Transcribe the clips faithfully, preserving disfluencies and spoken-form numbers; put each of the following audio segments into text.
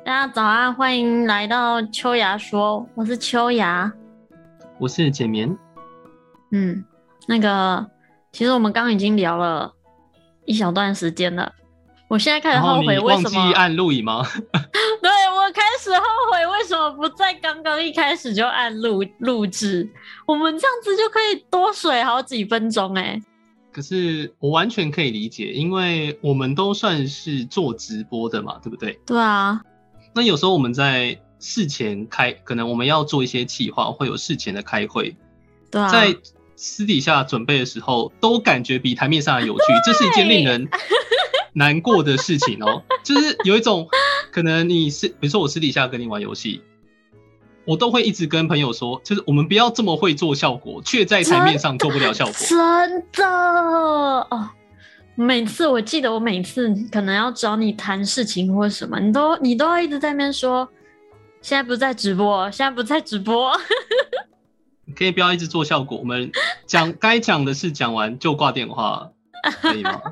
大家早安，欢迎来到秋芽说，我是秋芽， 我是简眠。 嗯，那个，其实我们刚刚已经聊了一小段时间了，我现在开始后悔为什么然后你忘记按录影吗？ 对，我开始后悔为什么不在刚刚一开始就按录录制，我们这样子就可以多水好几分钟哎。 可是我完全可以理解，因为我们都算是做直播的嘛，对不对？ 对啊， 那有时候我们在事前开，可能我们要做一些企划，会有事前的开会， 对啊， 在私底下准备的时候，都感觉比台面上的有趣，这是一件令人难过的事情哦。就是有一种可能你是，比如说我私底下跟你玩游戏，我都会一直跟朋友说，就是我们不要这么会做效果，却在台面上做不了效果。 真的哦，每次我记得我每次可能要找你谈事情或什么，你都你都要一直在那边说，现在不在直播，现在不在直播。 你可以不要一直做效果，我们讲该讲的事讲完就挂电话，可以吗？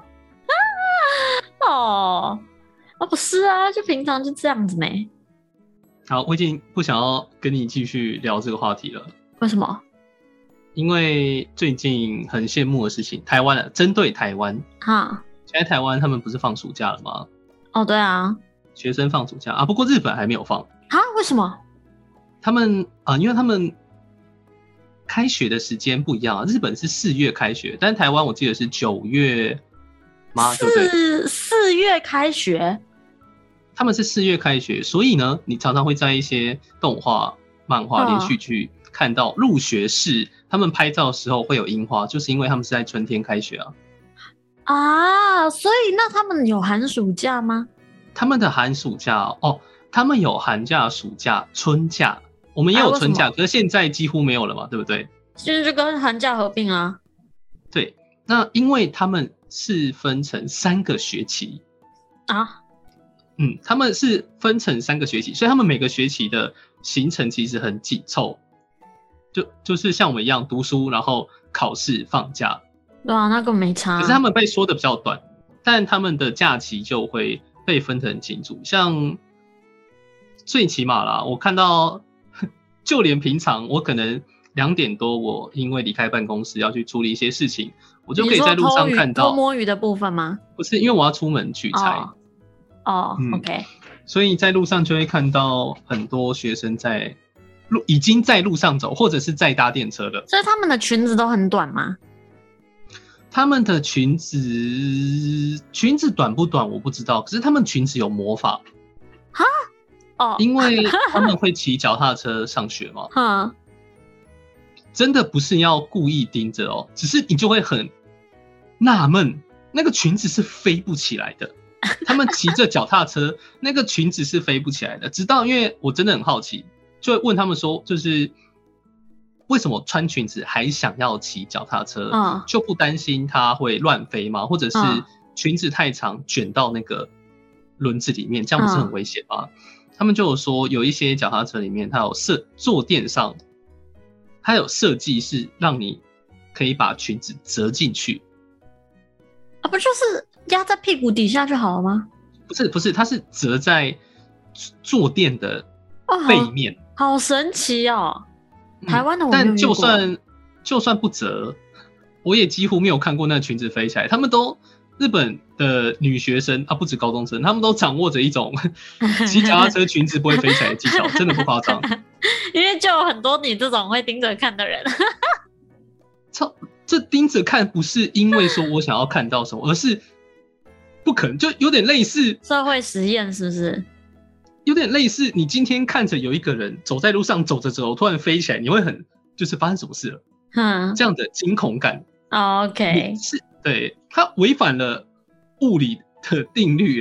哦，哦不是啊，就平常就这样子没。 好，我已经不想要跟你继续聊这个话题了。 为什么？ 因为最近很羡慕的事情，台湾啊，针对台湾， 哈， 现在台湾他们不是放暑假了吗？ 哦对啊， 学生放暑假啊，不过日本还没有放。 哈，为什么？ 他们啊、呃，因为他们开学的时间不一样啊，日本是四月开学，但台湾我记得是九月吗？对不对？ 四四月开学， 他们是四月开学，所以呢，你常常会在一些动画、漫画、连续剧看到入学式，他们拍照的时候会有樱花，就是因为他们是在春天开学啊。 啊，所以那他们有寒暑假吗？ 他们的寒暑假哦，他们有寒假、暑假、春假，我们也有春假， 啊可是现在几乎没有了嘛，对不对？ 现在就跟寒假合并啊。 对，那因为他们是分成三个学期啊， 嗯，他们是分成三个学期，所以他们每个学期的行程其实很紧凑，就就是像我们一样读书，然后考试、放假。 对啊，那个没差啊。 可是他们被说的比较短，但他们的假期就会被分得很清楚。像最起码啦，我看到，就连平常我可能两点多，我因为离开办公室要去处理一些事情，我就可以在路上看到偷摸鱼的部分吗？ 不是，因为我要出门取材。 哦，哦嗯 OK， 所以在路上就会看到很多学生在路已经在路上走，或者是在搭电车了。 所以他们的裙子都很短吗？ 他们的裙子裙子短不短我不知道，可是他们裙子有魔法。 哈，哦， 因为他们会骑脚踏车上学嘛。 哈， 真的不是要故意盯着哦，只是你就会很纳闷，那个裙子是飞不起来的。他们骑着脚踏车，那个裙子是飞不起来的。直到因为我真的很好奇，就会问他们说，就是为什么穿裙子还想要骑脚踏车？ 嗯， 就不担心它会乱飞吗？或者是嗯裙子太长卷到那个轮子里面，这样不是很危险吗？嗯、他们就有说，有一些脚踏车里面它有设坐垫上，它有设计是让你可以把裙子折进去。 啊，不就是压在屁股底下就好了吗？ 不是不是，它是折在坐垫的背面。 哦、好, 好神奇哦！台湾的我没有遇过。 但就算就算不折，我也几乎没有看过那裙子飞起来。他们都日本的女学生啊，不止高中生，他们都掌握着一种骑脚踏车裙子不会飞起来的技巧，真的不夸张。 因为就有很多你这种会盯着看的人。 操，这盯着看不是因为说我想要看到什么，而是不可能，就有点类似社会实验，是不是？ 有点类似，你今天看着有一个人走在路上，走着走，突然飞起来，你会很就是发生什么事了？ 嗯， 这样的惊恐感。 哦、OK， 是对，它违反了物理的定律。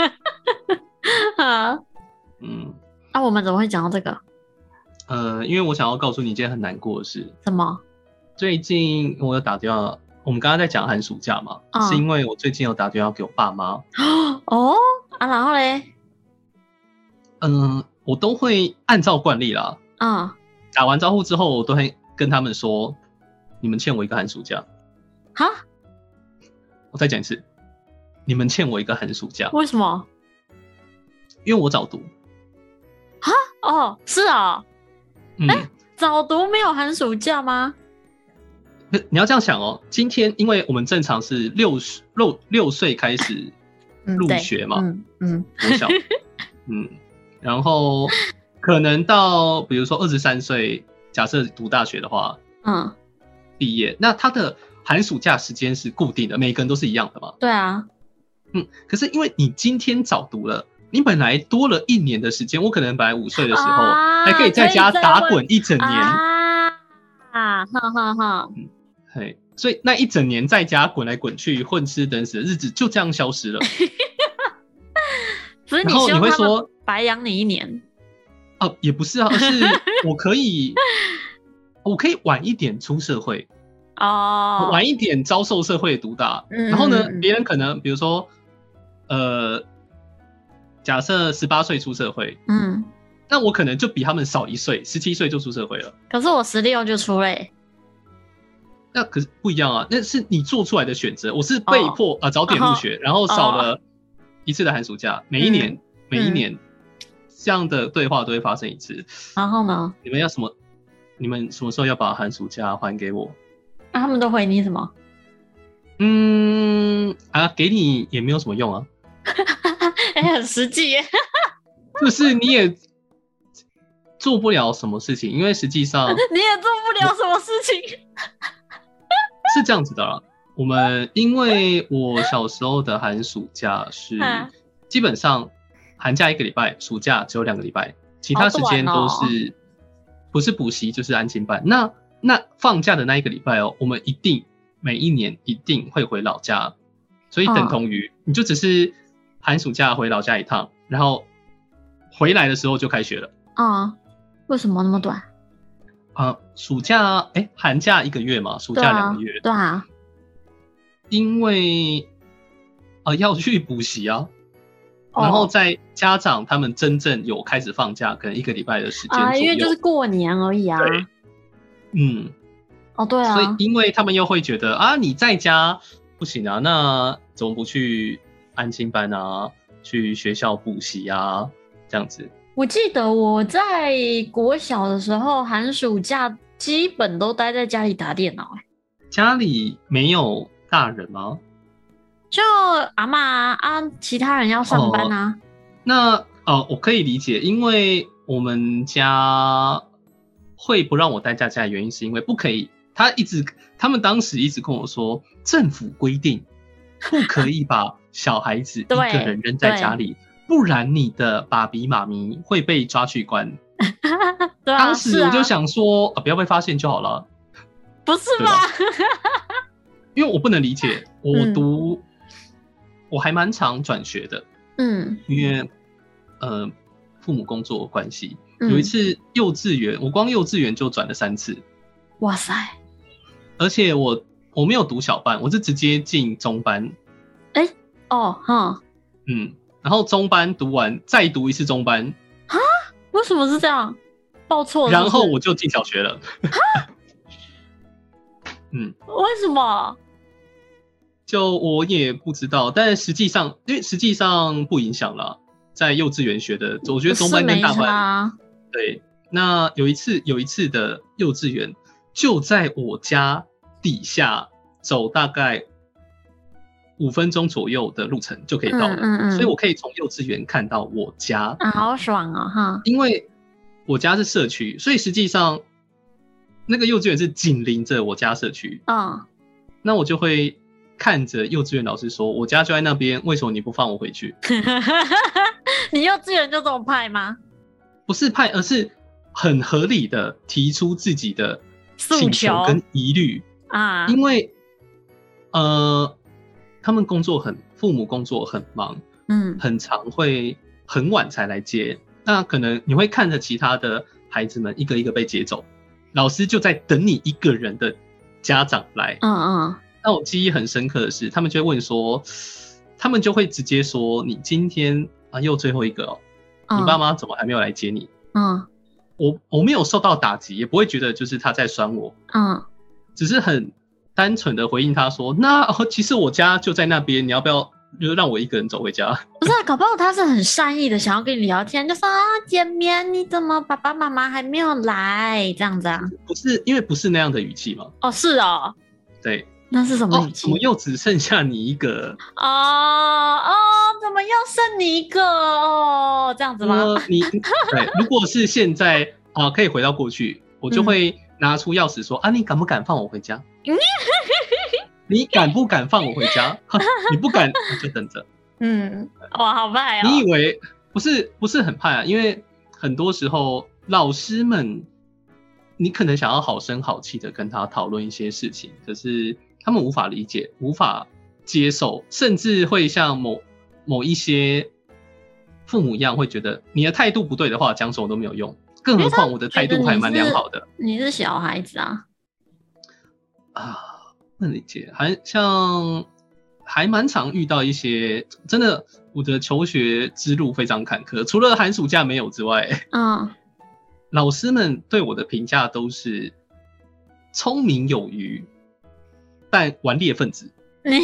啊， 嗯， 那、啊、我们怎么会讲到这个？ 呃，因为我想要告诉你一件很难过的事。 什么？ 最近我有打电话，我们刚刚在讲寒暑假嘛、 嗯， 是因为我最近有打电话给我爸妈。 哦，啊，然后嘞？ 嗯、呃，我都会按照惯例啦。 嗯， 打完招呼之后，我都会跟他们说，你们欠我一个寒暑假。 哈？ 我再讲一次，你们欠我一个寒暑假。 为什么？ 因为我早读， 哦，是哦。 嗯， 欸早读没有寒暑假吗？ 你要这样想哦，今天因为我们正常是六六六岁开始入学嘛， 嗯嗯， 国小，嗯，然后可能到比如说二十三岁，假设读大学的话， 嗯， 毕业，那他的寒暑假时间是固定的，每个人都是一样的嘛。 对啊， 嗯，可是因为你今天早读了，你本来多了一年的时间，我可能本来五岁的时候、啊、还可以在家打滚一整年啊，啊哈哈哈， 嗯，嘿，所以那一整年在家滚来滚去、混吃等死的日子就这样消失了。 所以你然后你会说白养你一年？ 哦，也不是啊，而是我可以，我可以晚一点出社会。 哦， 晚一点遭受社会的毒打， 嗯、 然后呢，别人可能比如说，呃，假设十八岁出社会， 嗯， 那我可能就比他们少一岁，十七岁就出社会了。 可是我十六就出了、欸， 那可是不一样啊，那是你做出来的选择，我是被迫啊、哦呃、早点入学，然后少了一次的寒暑假，每一年、嗯、每一年、嗯、这样的对话都会发生一次。 然后呢？ 你们要什么？你们什么时候要把寒暑假还给我？ 那、啊、他们都回你什么？ 嗯啊，给你也没有什么用啊。 哎、欸，很实际耶。 就是你也做不了什么事情，因为实际上你也做不了什么事情。 是这样子的啦。我们因为我小时候的寒暑假是基本上寒假一个礼拜，暑假只有两个礼拜，其他时间都是不是补习就是安亲班。那那放假的那一个礼拜哦，我们一定每一年一定会回老家，所以等同于、嗯、你就只是寒暑假回老家一趟，然后回来的时候就开学了。 啊、嗯，为什么那么短？ 啊、呃，暑假哎，寒假一个月嘛，暑假两个月。 对啊， 因为呃要去补习啊。然后在家长他们真正有开始放假，可能一个礼拜的时间左右、 啊、因为就是过年而已啊。 对，嗯， 哦对啊， 所以因为他们又会觉得啊，你在家不行啊，那怎么不去安亲班啊，去学校补习啊，这样子。 我记得我在国小的时候，寒暑假基本都待在家里打电脑、欸。 家里没有大人吗？ 就阿嬷啊，其他人要上班啊。 哦、那呃，我可以理解，因为我们家会不让我待在家的原因，是因为不可以。他一直，他们当时一直跟我说，政府规定不可以把小孩子一个人扔在家里，不然你的爸比妈咪会被抓去关。 对啊、 当时我就想说，啊、不要被发现就好了。 不是吧？ 因为我不能理解，我读。嗯我还蛮常转学的， 嗯， 因为呃父母工作关系、嗯，有一次幼稚园，我光幼稚园就转了三次， 哇塞！ 而且我我没有读小班，我是直接进中班， 哎、欸，哦，哈， 嗯，然后中班读完再读一次中班， 啊？为什么是这样？报错了是不是？ 然后我就进小学了，嗯， 为什么？ 就我也不知道，但实际上，因为实际上不影响啦，在幼稚园学的，我觉得中班跟大班， 啊、 对。那有一次，有一次的幼稚园就在我家底下，走大概五分钟左右的路程就可以到了， 嗯嗯嗯， 所以我可以从幼稚园看到我家， 啊，好爽哦哈！ 因为我家是社区，所以实际上那个幼稚园是紧邻着我家社区， 嗯， 那我就会看着幼稚园老师说，我家就在那边，为什么你不放我回去？ 你幼稚园就这么派吗？ 不是派，而是很合理的提出自己的请求跟疑虑啊， 因为呃，他们工作很，父母工作很忙，嗯，很常会很晚才来接，那可能你会看着其他的孩子们一个一个被接走，老师就在等你一个人的家长来， 嗯嗯。 那我记忆很深刻的是，他们就会问说，他们就会直接说，你今天啊又最后一个哦，嗯、你爸妈怎么还没有来接你？嗯，我我没有受到打击，也不会觉得就是他在酸我，嗯，只是很单纯的回应他说，那、哦、其实我家就在那边，你要不要就让我一个人走回家。 不是啊，搞不好他是很善意的，想要跟你聊天，就说啊，见面，你怎么爸爸妈妈还没有来？这样子啊？ 不是，因为不是那样的语气嘛。 哦，是哦。 对。 那是什么语气？ 哦，怎么又只剩下你一个？ 哦哦，怎么又剩你一个哦？这样子吗？ 呃、你对，如果是现在啊、呃，可以回到过去，我就会拿出钥匙说、嗯、啊，你敢不敢放我回家？你敢不敢放我回家？你不敢，就等着。 嗯，哇，好派哦！ 你以为不是不是很派啊？因为很多时候老师们，你可能想要好声好气的跟他讨论一些事情，可是他们无法理解，无法接受，甚至会像某某一些父母一样，会觉得你的态度不对的话，讲什么都没有用。更何况我的态度还蛮良好的。 你是小孩子啊？ 啊，不能理解，还像还蛮常遇到一些真的，我的求学之路非常坎坷，除了寒暑假没有之外， 嗯， 老师们对我的评价都是聪明有余，但顽劣分子。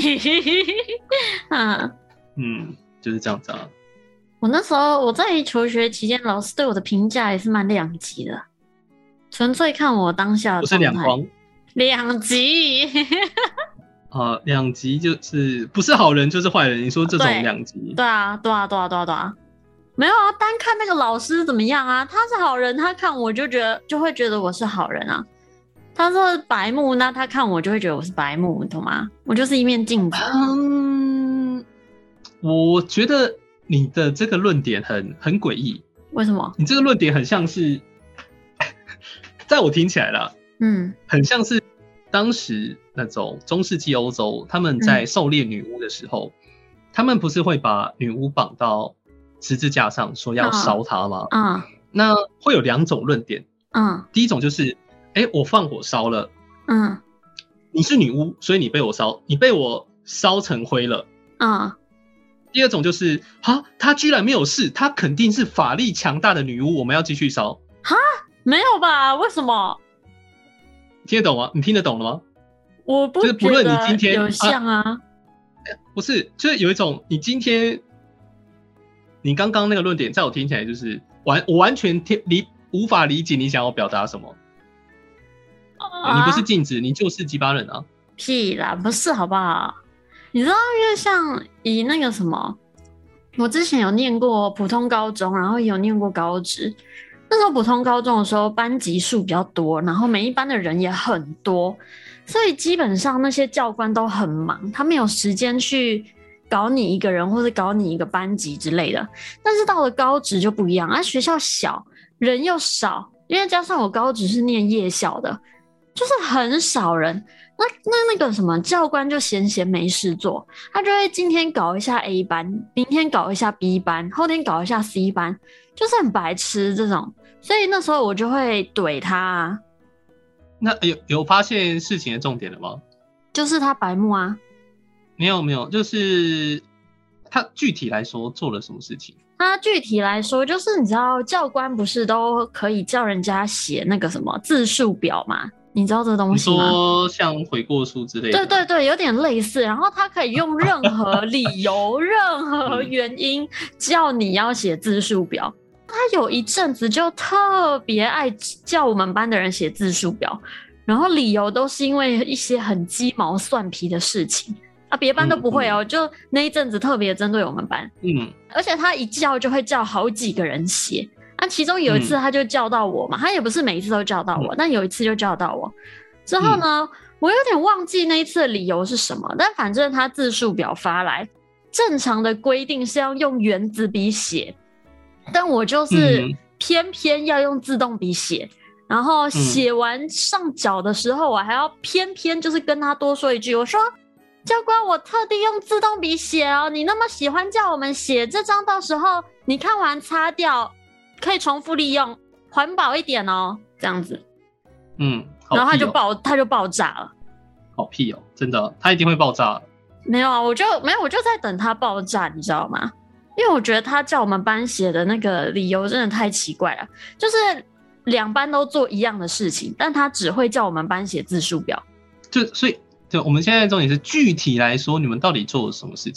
嗯嗯，就是这样子啊。 我那时候我在求学期间，老师对我的评价也是蛮两极的，纯粹看我当下的状态。 不是两光， 两极。 啊，两极就是不是好人就是坏人。你说这种两极？ 对啊，对啊，对啊，对啊，对啊。没有啊，单看那个老师怎么样啊？他是好人，他看我就觉得就会觉得我是好人啊。他说白目，那他看我就会觉得我是白目，你懂吗？我就是一面镜子。 嗯，我觉得你的这个论点很很诡异。 为什么？ 你这个论点很像是，在我听起来啦， 嗯， 很像是当时那种中世纪欧洲，他们在狩猎女巫的时候，嗯、他们不是会把女巫绑到十字架上，说要烧她吗？ 嗯，嗯那会有两种论点。 嗯， 第一种就是，哎、欸，我放火烧了， 嗯， 你是女巫，所以你被我烧，你被我烧成灰了， 嗯。 第二种就是，哈，她居然没有事，她肯定是法力强大的女巫，我们要继续烧。 哈，没有吧？为什么？ 听得懂吗？你听得懂了吗？ 我不就是不论你今天有像啊，啊不是，就是有一种你今天，你刚刚那个论点，在我听起来就是完，我完全听理无法理解你想要表达什么。啊、你不是镜子，你就是鸡巴人啊！ 屁啦，不是好不好？你知道，因为像以那个什么，我之前有念过普通高中，然后也有念过高职。那时候普通高中的时候，班级数比较多，然后每一班的人也很多，所以基本上那些教官都很忙，他没有时间去搞你一个人或者搞你一个班级之类的。但是到了高职就不一样啊，学校小，人又少，因为加上我高职是念夜校的，就是很少人。那那那个什么教官就闲闲没事做，他就会今天搞一下 A 班，明天搞一下 B 班，后天搞一下 C 班，就是很白痴这种。所以那时候我就会怼他啊。 那有有发现事情的重点了吗？ 就是他白目啊。 没有没有，就是他具体来说做了什么事情？ 他具体来说，就是你知道教官不是都可以叫人家写那个什么字数表吗？你知道这东西吗？ 你说像悔过书之类的？ 对对对，有点类似。然后他可以用任何理由、任何原因叫你要写字数表。他有一阵子就特别爱叫我们班的人写字数表，然后理由都是因为一些很鸡毛蒜皮的事情啊，别班都不会哦，嗯嗯就那一阵子特别针对我们班。嗯，而且他一叫就会叫好几个人写。那、啊、其中有一次他就叫到我嘛、嗯、他也不是每一次都叫到我、嗯、但有一次就叫到我之后呢、嗯、我有点忘记那一次的理由是什么，但反正他字数表发来正常的规定是要用原子笔写，但我就是偏偏要用自动笔写、嗯、然后写完上缴的时候我还要偏偏就是跟他多说一句，我说教官我特地用自动笔写哦，你那么喜欢叫我们写这张，到时候你看完擦掉可以重复利用，环保一点哦，这样子。嗯，好屁哦、然后他就爆，他就爆炸了。 好屁哦，真的，他一定会爆炸。 没有啊，我就没有，我就在等他爆炸，你知道吗？因为我觉得他叫我们班写的那个理由真的太奇怪了，就是两班都做一样的事情，但他只会叫我们班写字数表。 就所以，对，我们现在重点是具体来说，你们到底做了什么事情？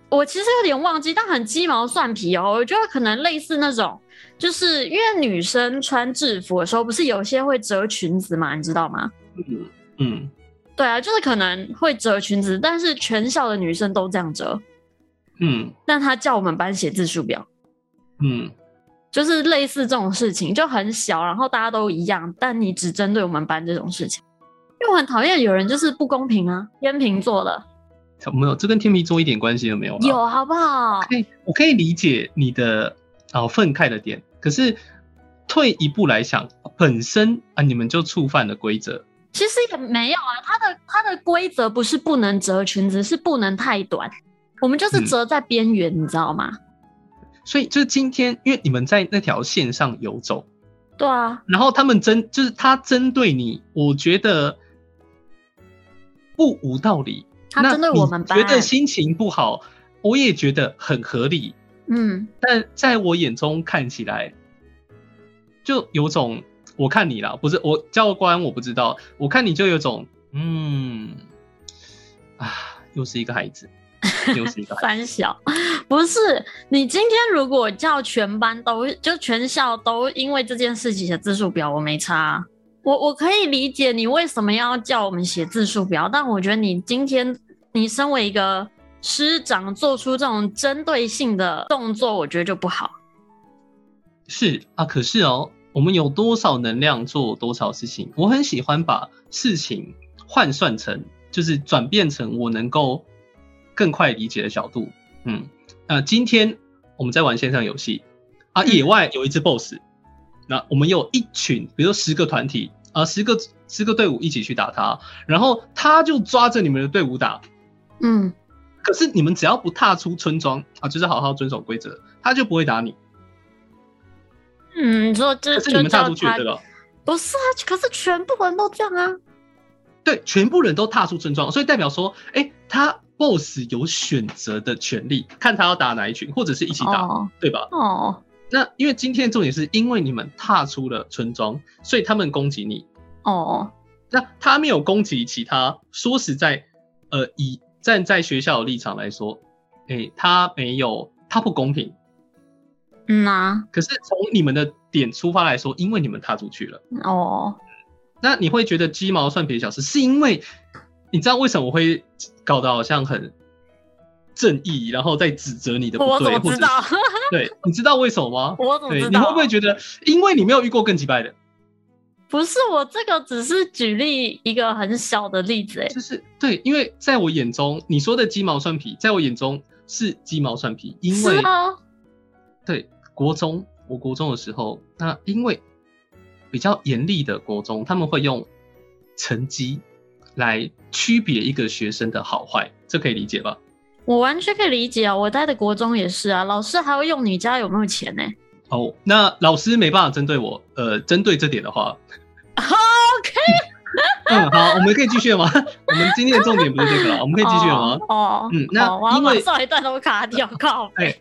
我其实有点忘记，但很鸡毛蒜皮哦。我觉得可能类似那种，就是因为女生穿制服的时候，不是有些会折裙子嘛，你知道吗？ 嗯嗯， 对啊，就是可能会折裙子，但是全校的女生都这样折。 嗯， 但他叫我们班写字数表， 嗯， 就是类似这种事情，就很小，然后大家都一样，但你只针对我们班这种事情。因为我很讨厌有人就是不公平啊，天秤座的。 没有，这跟天秤座一点关系都没有啦。 有好不好？ 可以，我可以理解你的哦愤慨的点，可是退一步来想，本身啊你们就触犯了规则。 其实也没有啊，它的它的规则不是不能折裙子，是不能太短。我们就是折在边缘、嗯，你知道吗？ 所以就是今天，因为你们在那条线上游走， 对啊， 然后他们针就是他针对你，我觉得不无道理。 他针对我们班， 觉得心情不好，我也觉得很合理。 嗯， 但在我眼中看起来，就有种我看你啦，不是我教官，我不知道，我看你就有种嗯啊，又是一个孩子，又是一个孩子三小，不是你今天如果叫全班都就全校都因为这件事情写字数表，我没差、啊。我我可以理解你为什么要叫我们写字数表，但我觉得你今天你身为一个师长做出这种针对性的动作，我觉得就不好。 是啊，可是哦，我们有多少能量做多少事情，我很喜欢把事情换算成，就是转变成我能够更快理解的角度。嗯，呃，今天我们在玩线上游戏啊，野外有一只 boss。嗯，那我们有一群，比如说十个团体啊、呃，十个十个队伍一起去打他，然后他就抓着你们的队伍打， 嗯， 可是你们只要不踏出村庄啊，就是好好遵守规则，他就不会打你。 嗯，你说这可是你们踏出去了对吧？ 不是啊，可是全部人都这样啊。 对，全部人都踏出村庄，所以代表说，哎，他 boss 有选择的权利，看他要打哪一群，或者是一起打，哦、对吧？ 哦。 那因为今天的重点是因为你们踏出了村庄，所以他们攻击你。 哦， 那他没有攻击其他，说实在，呃，以站在学校的立场来说，哎，他没有，他不公平。 嗯啊。 可是从你们的点出发来说，因为你们踏出去了。 哦。 那你会觉得鸡毛蒜皮的小事，是因为你知道为什么我会搞得好像很正义，然后再指责你的不对？ 我怎么知道？ 对，你知道为什么吗？ 我怎么知道？ 你会不会觉得，因为你没有遇过更击败的？ 不是，我这个只是举例一个很小的例子，哎， 就是对，因为在我眼中，你说的鸡毛蒜皮，在我眼中是鸡毛蒜皮，因为是啊， 对，国中，我国中的时候，那因为比较严厉的国中，他们会用成绩来区别一个学生的好坏，这可以理解吧？ 我完全可以理解啊，我待的国中也是啊，老师还会用你家有没有钱呢、欸？ 哦，那老师没办法针对我，呃，针对这点的话 ，OK， 嗯，好，我们可以继续了吗？我们今天的重点不是这个了，我们可以继续了吗？ 哦， 嗯，那因为上一段都卡掉，靠， 哎，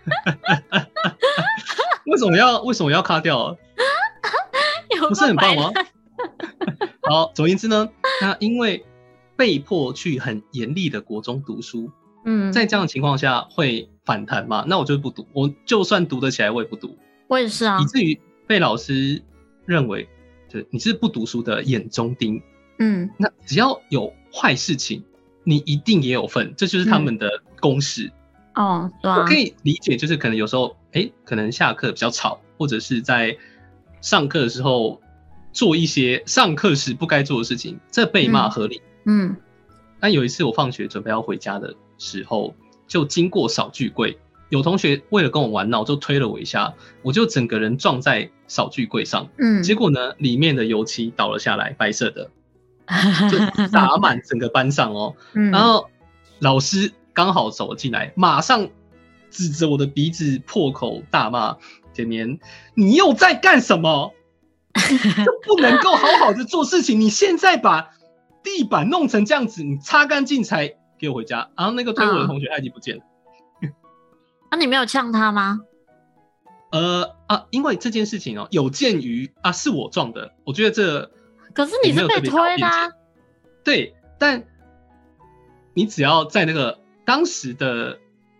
为什么要为什么要卡掉？不是很棒吗？好，总而言之呢，那因为被迫去很严厉的国中读书。 嗯， 在这样的情况下会反弹嘛？那我就不读，我就算读得起来，我也不读。 我也是啊， 以至于被老师认为，就你是不读书的眼中钉。 嗯， 那只要有坏事情，你一定也有份，这就是他们的公式。 嗯、哦，对啊， 我可以理解，就是可能有时候，哎，可能下课比较吵，或者是在上课的时候做一些上课时不该做的事情，这被骂合理。 嗯， 但有一次我放学准备要回家的时候，就经过扫具柜，有同学为了跟我玩闹，就推了我一下，我就整个人撞在扫具柜上。嗯，结果呢，里面的油漆倒了下来，白色的，就洒满整个班上哦。嗯，然后老师刚好走进来，马上指着我的鼻子破口大骂：“简年，你又在干什么？就不能够好好的做事情？你现在把地板弄成这样子，你擦干净才给我回家。”然后那个推我的同学他已经不见了。 那、啊、你没有呛他吗？ 呃啊，因为这件事情哦，有鉴于啊是我撞的，我觉得这可是你是被推的、啊。 对，但你只要在那个当时的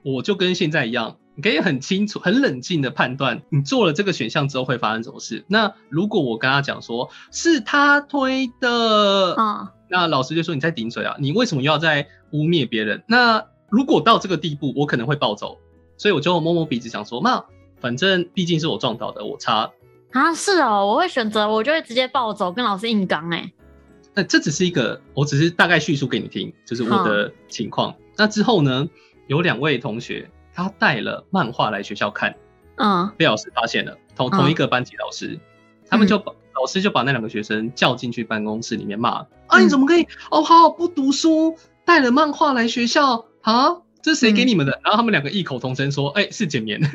我就跟现在一样，你可以很清楚、很冷静的判断，你做了这个选项之后会发生什么事。那如果我跟他讲说是他推的， 嗯， 那老师就说你在顶嘴啊，你为什么又要在污蔑别人？那如果到这个地步，我可能会暴走，所以我就摸摸鼻子想说，那反正毕竟是我撞倒的，我擦。 啊，是哦，我会选择，我就会直接暴走，跟老师硬刚哎。 那这只是一个，我只是大概叙述给你听，就是我的情况。那之后呢，有两位同学他带了漫画来学校看， 嗯， 被老师发现了，同同一个班级老师，嗯、他们就把、嗯、老师就把那两个学生叫进去办公室里面骂、嗯、啊，你怎么可以哦，好好不读书，带了漫画来学校啊？这是谁给你们的？嗯、然后他们两个异口同声说：“哎、欸，是简棉。”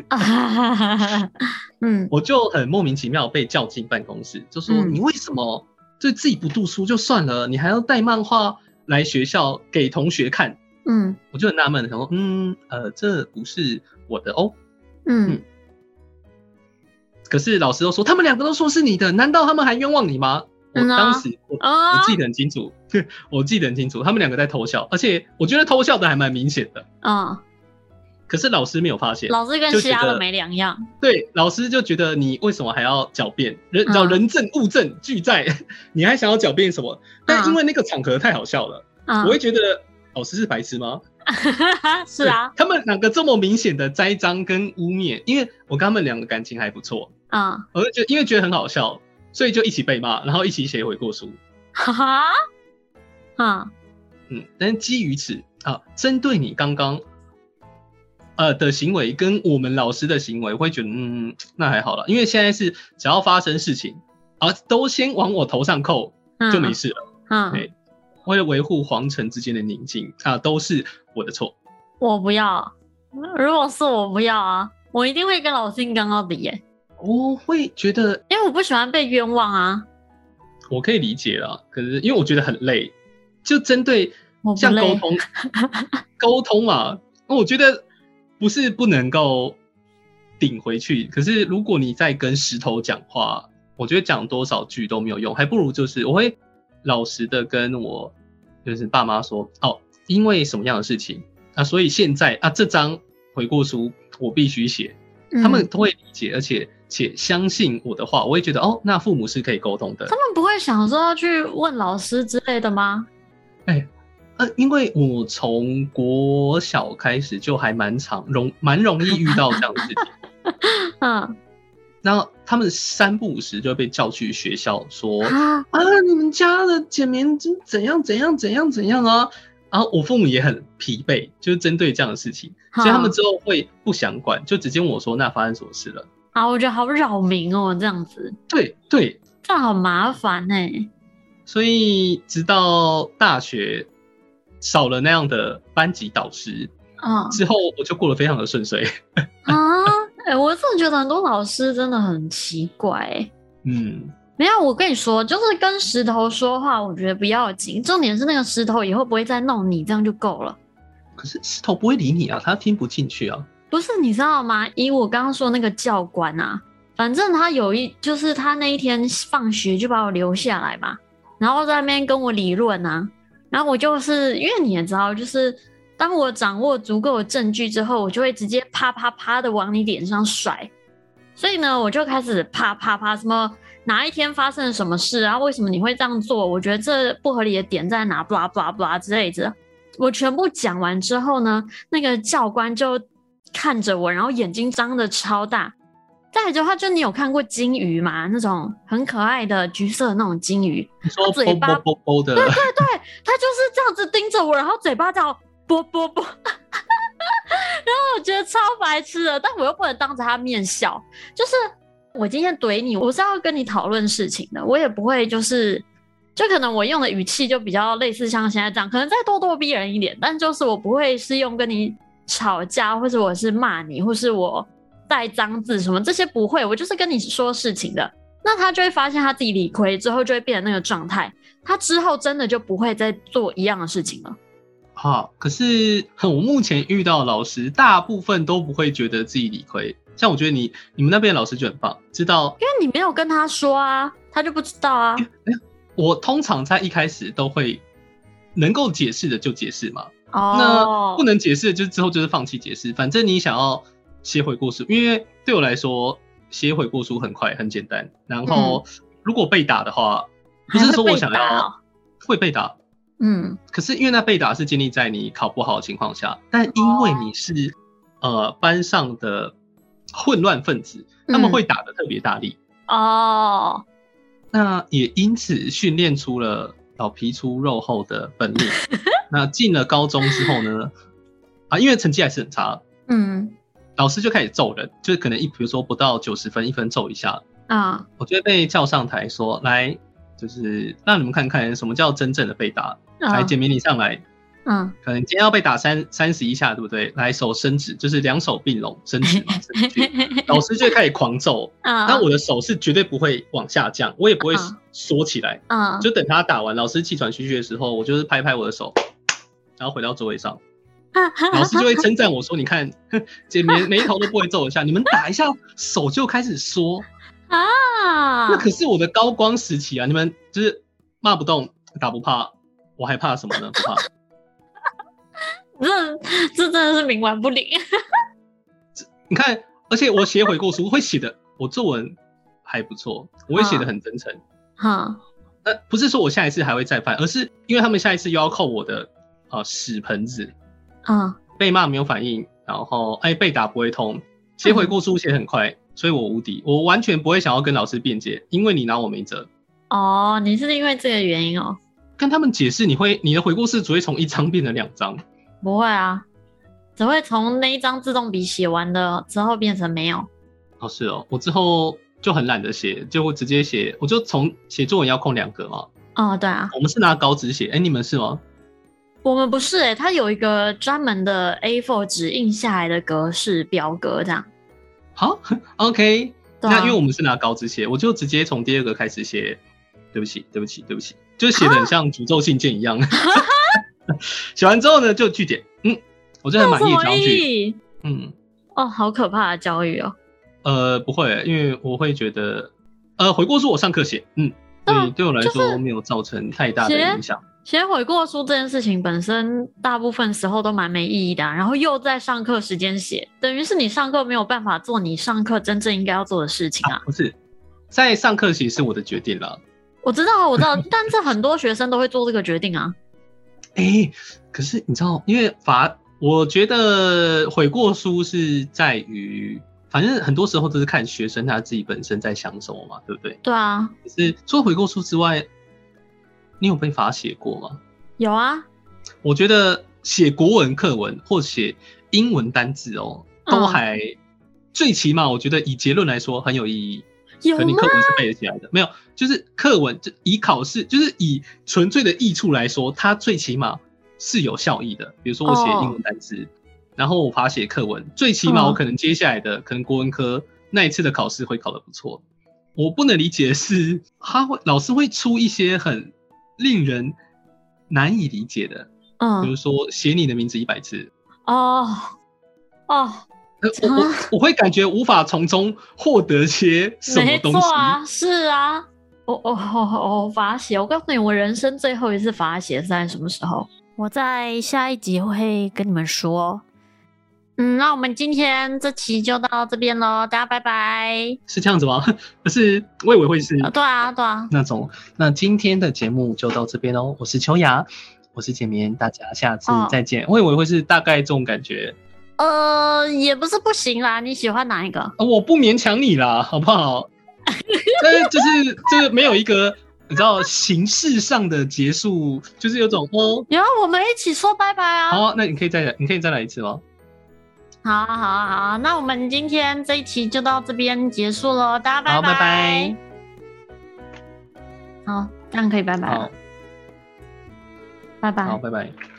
嗯，我就很莫名其妙被叫进办公室，就说：“嗯、你为什么就自己不读书就算了，你还要带漫画来学校给同学看？”嗯，我就很纳闷，想说：“嗯，呃，这不是我的哦。嗯”嗯。可是老师都说他们两个都说是你的，难道他们还冤枉你吗？我当时我、啊、我记得很清楚，我记得很清楚，他们两个在偷笑，而且我觉得偷笑的还蛮明显的。嗯，可是老师没有发现， 老师跟瞎了没两样。对， 老师就觉得你为什么还要狡辩？人叫人证物证俱在，你还想要狡辩什么？但因为那个场合太好笑了，嗯、我会觉得老师是白痴吗？ 是啊， 他们两个这么明显的栽赃跟污蔑，因为我跟他们两个感情还不错啊，嗯、我就觉得因为觉得很好笑。所以就一起被骂，然后一起写悔过书。哈哈，啊，嗯，但是基于此啊，针对你刚刚呃的行为跟我们老师的行为，我会觉得嗯，那还好了，因为现在是只要发生事情啊，都先往我头上扣，就没事了。嗯，对，为了维护皇城之间的宁静啊，都是我的错。 我不要，如果是我不要啊，我一定会跟老师硬刚到底耶。 我会觉得， 因为我不喜欢被冤枉啊。 我可以理解啦，可是因为我觉得很累，就针对像沟通，沟通嘛，我觉得不是不能够顶回去，可是如果你在跟石头讲话，我觉得讲多少句都没有用，还不如就是我会老实的跟我就是爸妈说，哦，因为什么样的事情啊，所以现在啊这张悔过书我必须写，他们都会理解，而且。且相信我的话，我会觉得哦，那父母是可以沟通的。 他们不会想说要去问老师之类的吗？ 哎、欸，呃，因为我从国小开始就还蛮常容蛮容易遇到这样的事情。嗯，然后他们三不五时就会被叫去学校说啊，啊你们家的简棉怎样怎样怎样怎样啊。然后我父母也很疲惫，就是针对这样的事情，所以他们之后会不想管，就直接问我说：“那发生什么事了？” 啊，我觉得好扰民哦，这样子。 对对， 这样好麻烦哎、欸。 所以直到大学少了那样的班级导师，嗯，之后我就过得非常的顺遂。 啊，哎、欸，我真的觉得很多老师真的很奇怪、欸。嗯，没有，我跟你说，就是跟石头说话，我觉得不要紧，重点是那个石头以后不会再弄你，这样就够了。 可是石头不会理你啊，他听不进去啊。 不是，你知道吗？以我刚刚说那个教官啊，反正他有一，就是他那一天放学就把我留下来嘛，然后在那边跟我理论啊，然后我就是因为你也知道，就是当我掌握足够的证据之后，我就会直接啪啪啪的往你脸上甩，所以呢，我就开始啪啪啪，什么哪一天发生了什么事，然后为什么你会这样做？我觉得这不合理的点在哪？blah blah blah之类的，我全部讲完之后呢，那个教官就。看着我，然后眼睛张得超大。再来的话，就你有看过金鱼吗？那种很可爱的橘色的那种金鱼， 你说嘴巴啵啵的， 对对对，它就是这样子盯着我，然后嘴巴这样啵啵啵，然后我觉得超白痴的，但我又不能当着他面笑。就是我今天怼你，我是要跟你讨论事情的，我也不会就是，就可能我用的语气就比较类似像现在这样，可能再咄咄逼人一点，但就是我不会是用跟你。吵架，或者我是骂你，或是我带脏字什么，这些不会，我就是跟你说事情的。那他就会发现他自己理亏之后，就会变成那个状态。他之后真的就不会再做一样的事情了。 好，可是我目前遇到的老师，大部分都不会觉得自己理亏。像我觉得你你们那边的老师就很棒，知道， 因为你没有跟他说啊，他就不知道啊。 我通常在一开始都会能够解释的就解释嘛。 哦， 那不能解释，就是之后就是放弃解释。反正你想要写悔过书，因为对我来说写悔过书很快很简单。然后如果被打的话，不是说我想要会被打， 嗯， 可是因为那被打是建立在你考不好的情况下，但因为你是、哦、呃班上的混乱分子，他们会打得特别大力。 哦， 那也因此训练出了老皮粗肉厚的本领。那进了高中之后呢，啊，因为成绩还是很差， 嗯， 老师就开始揍人，就是可能一比如说不到九十分，一分揍一下， 啊， 我就会被叫上台说，来，就是让你们看看什么叫真正的被打。 啊、 来，简明你上来， 嗯， 可能今天要被打三三十一下，对不对？来，手伸直，就是两手并拢，伸直嘛，伸直去。老师就会开始狂揍， 啊， 那我的手是绝对不会往下降，我也不会缩起来， 啊， 就等他打完，老师气喘吁吁的时候，我就是拍拍我的手。然后回到座位上，老师就会称赞我说：“你看，姐每每一头都不会揍一下，你们打一下手就开始缩啊！ 那可是我的高光时期啊！你们就是骂不动，打不怕，我还怕什么呢？不怕。 这这真的是冥顽不灵。 你看，而且我写悔过书会写的，我作文还不错，我会写的很真诚。 哈， 那不是说我下一次还会再犯，而是因为他们下一次又要扣我的。”呃，屎盆子， 嗯， 被骂没有反应，然后哎被打不会痛，写悔过书写很快，所以我无敌，我完全不会想要跟老师辩解，因为你拿我没辙。 哦，你是因为这个原因哦？ 跟他们解释，你会你的悔过书只会从一张变成两张， 不会啊，只会从那一张自动笔写完的之后变成没有。 哦，是哦，我之后就很懒得写，就会直接写，我就从写作文要空两格嘛。 哦，对啊， 我们是拿稿纸写，哎，你们是吗？ 我们不是诶、欸，它有一个专门的 A 四 纸印下来的格式表格这样。 好 ，OK，、啊、那因为我们是拿稿纸写，我就直接从第二个开始写。对不起，对不起，对不起，就是写的很像诅咒信件一样。写完之后呢，就句点，嗯，我就很满意的教句。嗯， 哦，好可怕的教育哦。 呃，不会，因为我会觉得，呃，悔过书我上课写，嗯，所以对我来说没有造成太大的影响。 写悔过书这件事情本身大部分时候都蛮没意义的、啊，然后又在上课时间写，等于是你上课没有办法做你上课真正应该要做的事情啊。 啊不是，在上课写是我的决定啦。 我知道，我知道，但是很多学生都会做这个决定啊。 哎、欸，可是你知道，因为法，我觉得悔过书是在于，反正很多时候都是看学生他自己本身在想什么嘛，对不对？ 对啊。 可是除了悔过书之外，你有被罚写过吗？ 有啊。 我觉得写国文课文或写英文单字哦，都还、嗯、最起码我觉得以结论来说很有意义。 有吗？ 可你课文是背得起来的，没有？就是课文就以考试，就是以纯粹的益处来说，它最起码是有效益的。比如说我写英文单词，哦、然后我罚写课文，最起码我可能接下来的、嗯、可能国文科那一次的考试会考得不错。我不能理解的是，他会老师会出一些很令人难以理解的，嗯，比如说写你的名字一百次， 哦哦。 我我我会感觉无法从中获得些什么东西。 没错啊，是啊，我我我我罚写，我告诉你，我人生最后一次罚写是在什么时候？我在下一集会跟你们说。嗯，那我们今天这期就到这边咯，大家拜拜。 是这样子吗？可是我以为会是、 啊，对啊对啊那种。那今天的节目就到这边哦，我是秋雅，我是简眠，大家下次再见。哦、我以为会是大概这种感觉。 呃，也不是不行啦，你喜欢哪一个？ 呃、我不勉强你啦，好不好？但是就是就是没有一个你知道形式上的结束，就是有种哦， 有我们一起说拜拜啊。 好，那你可以再你可以再来一次吗？ 好啊好啊好啊，那我们今天这一期就到这边结束了，大家拜拜。 好，拜拜。 好，这样可以拜拜了。 好， 拜拜。 好，拜拜。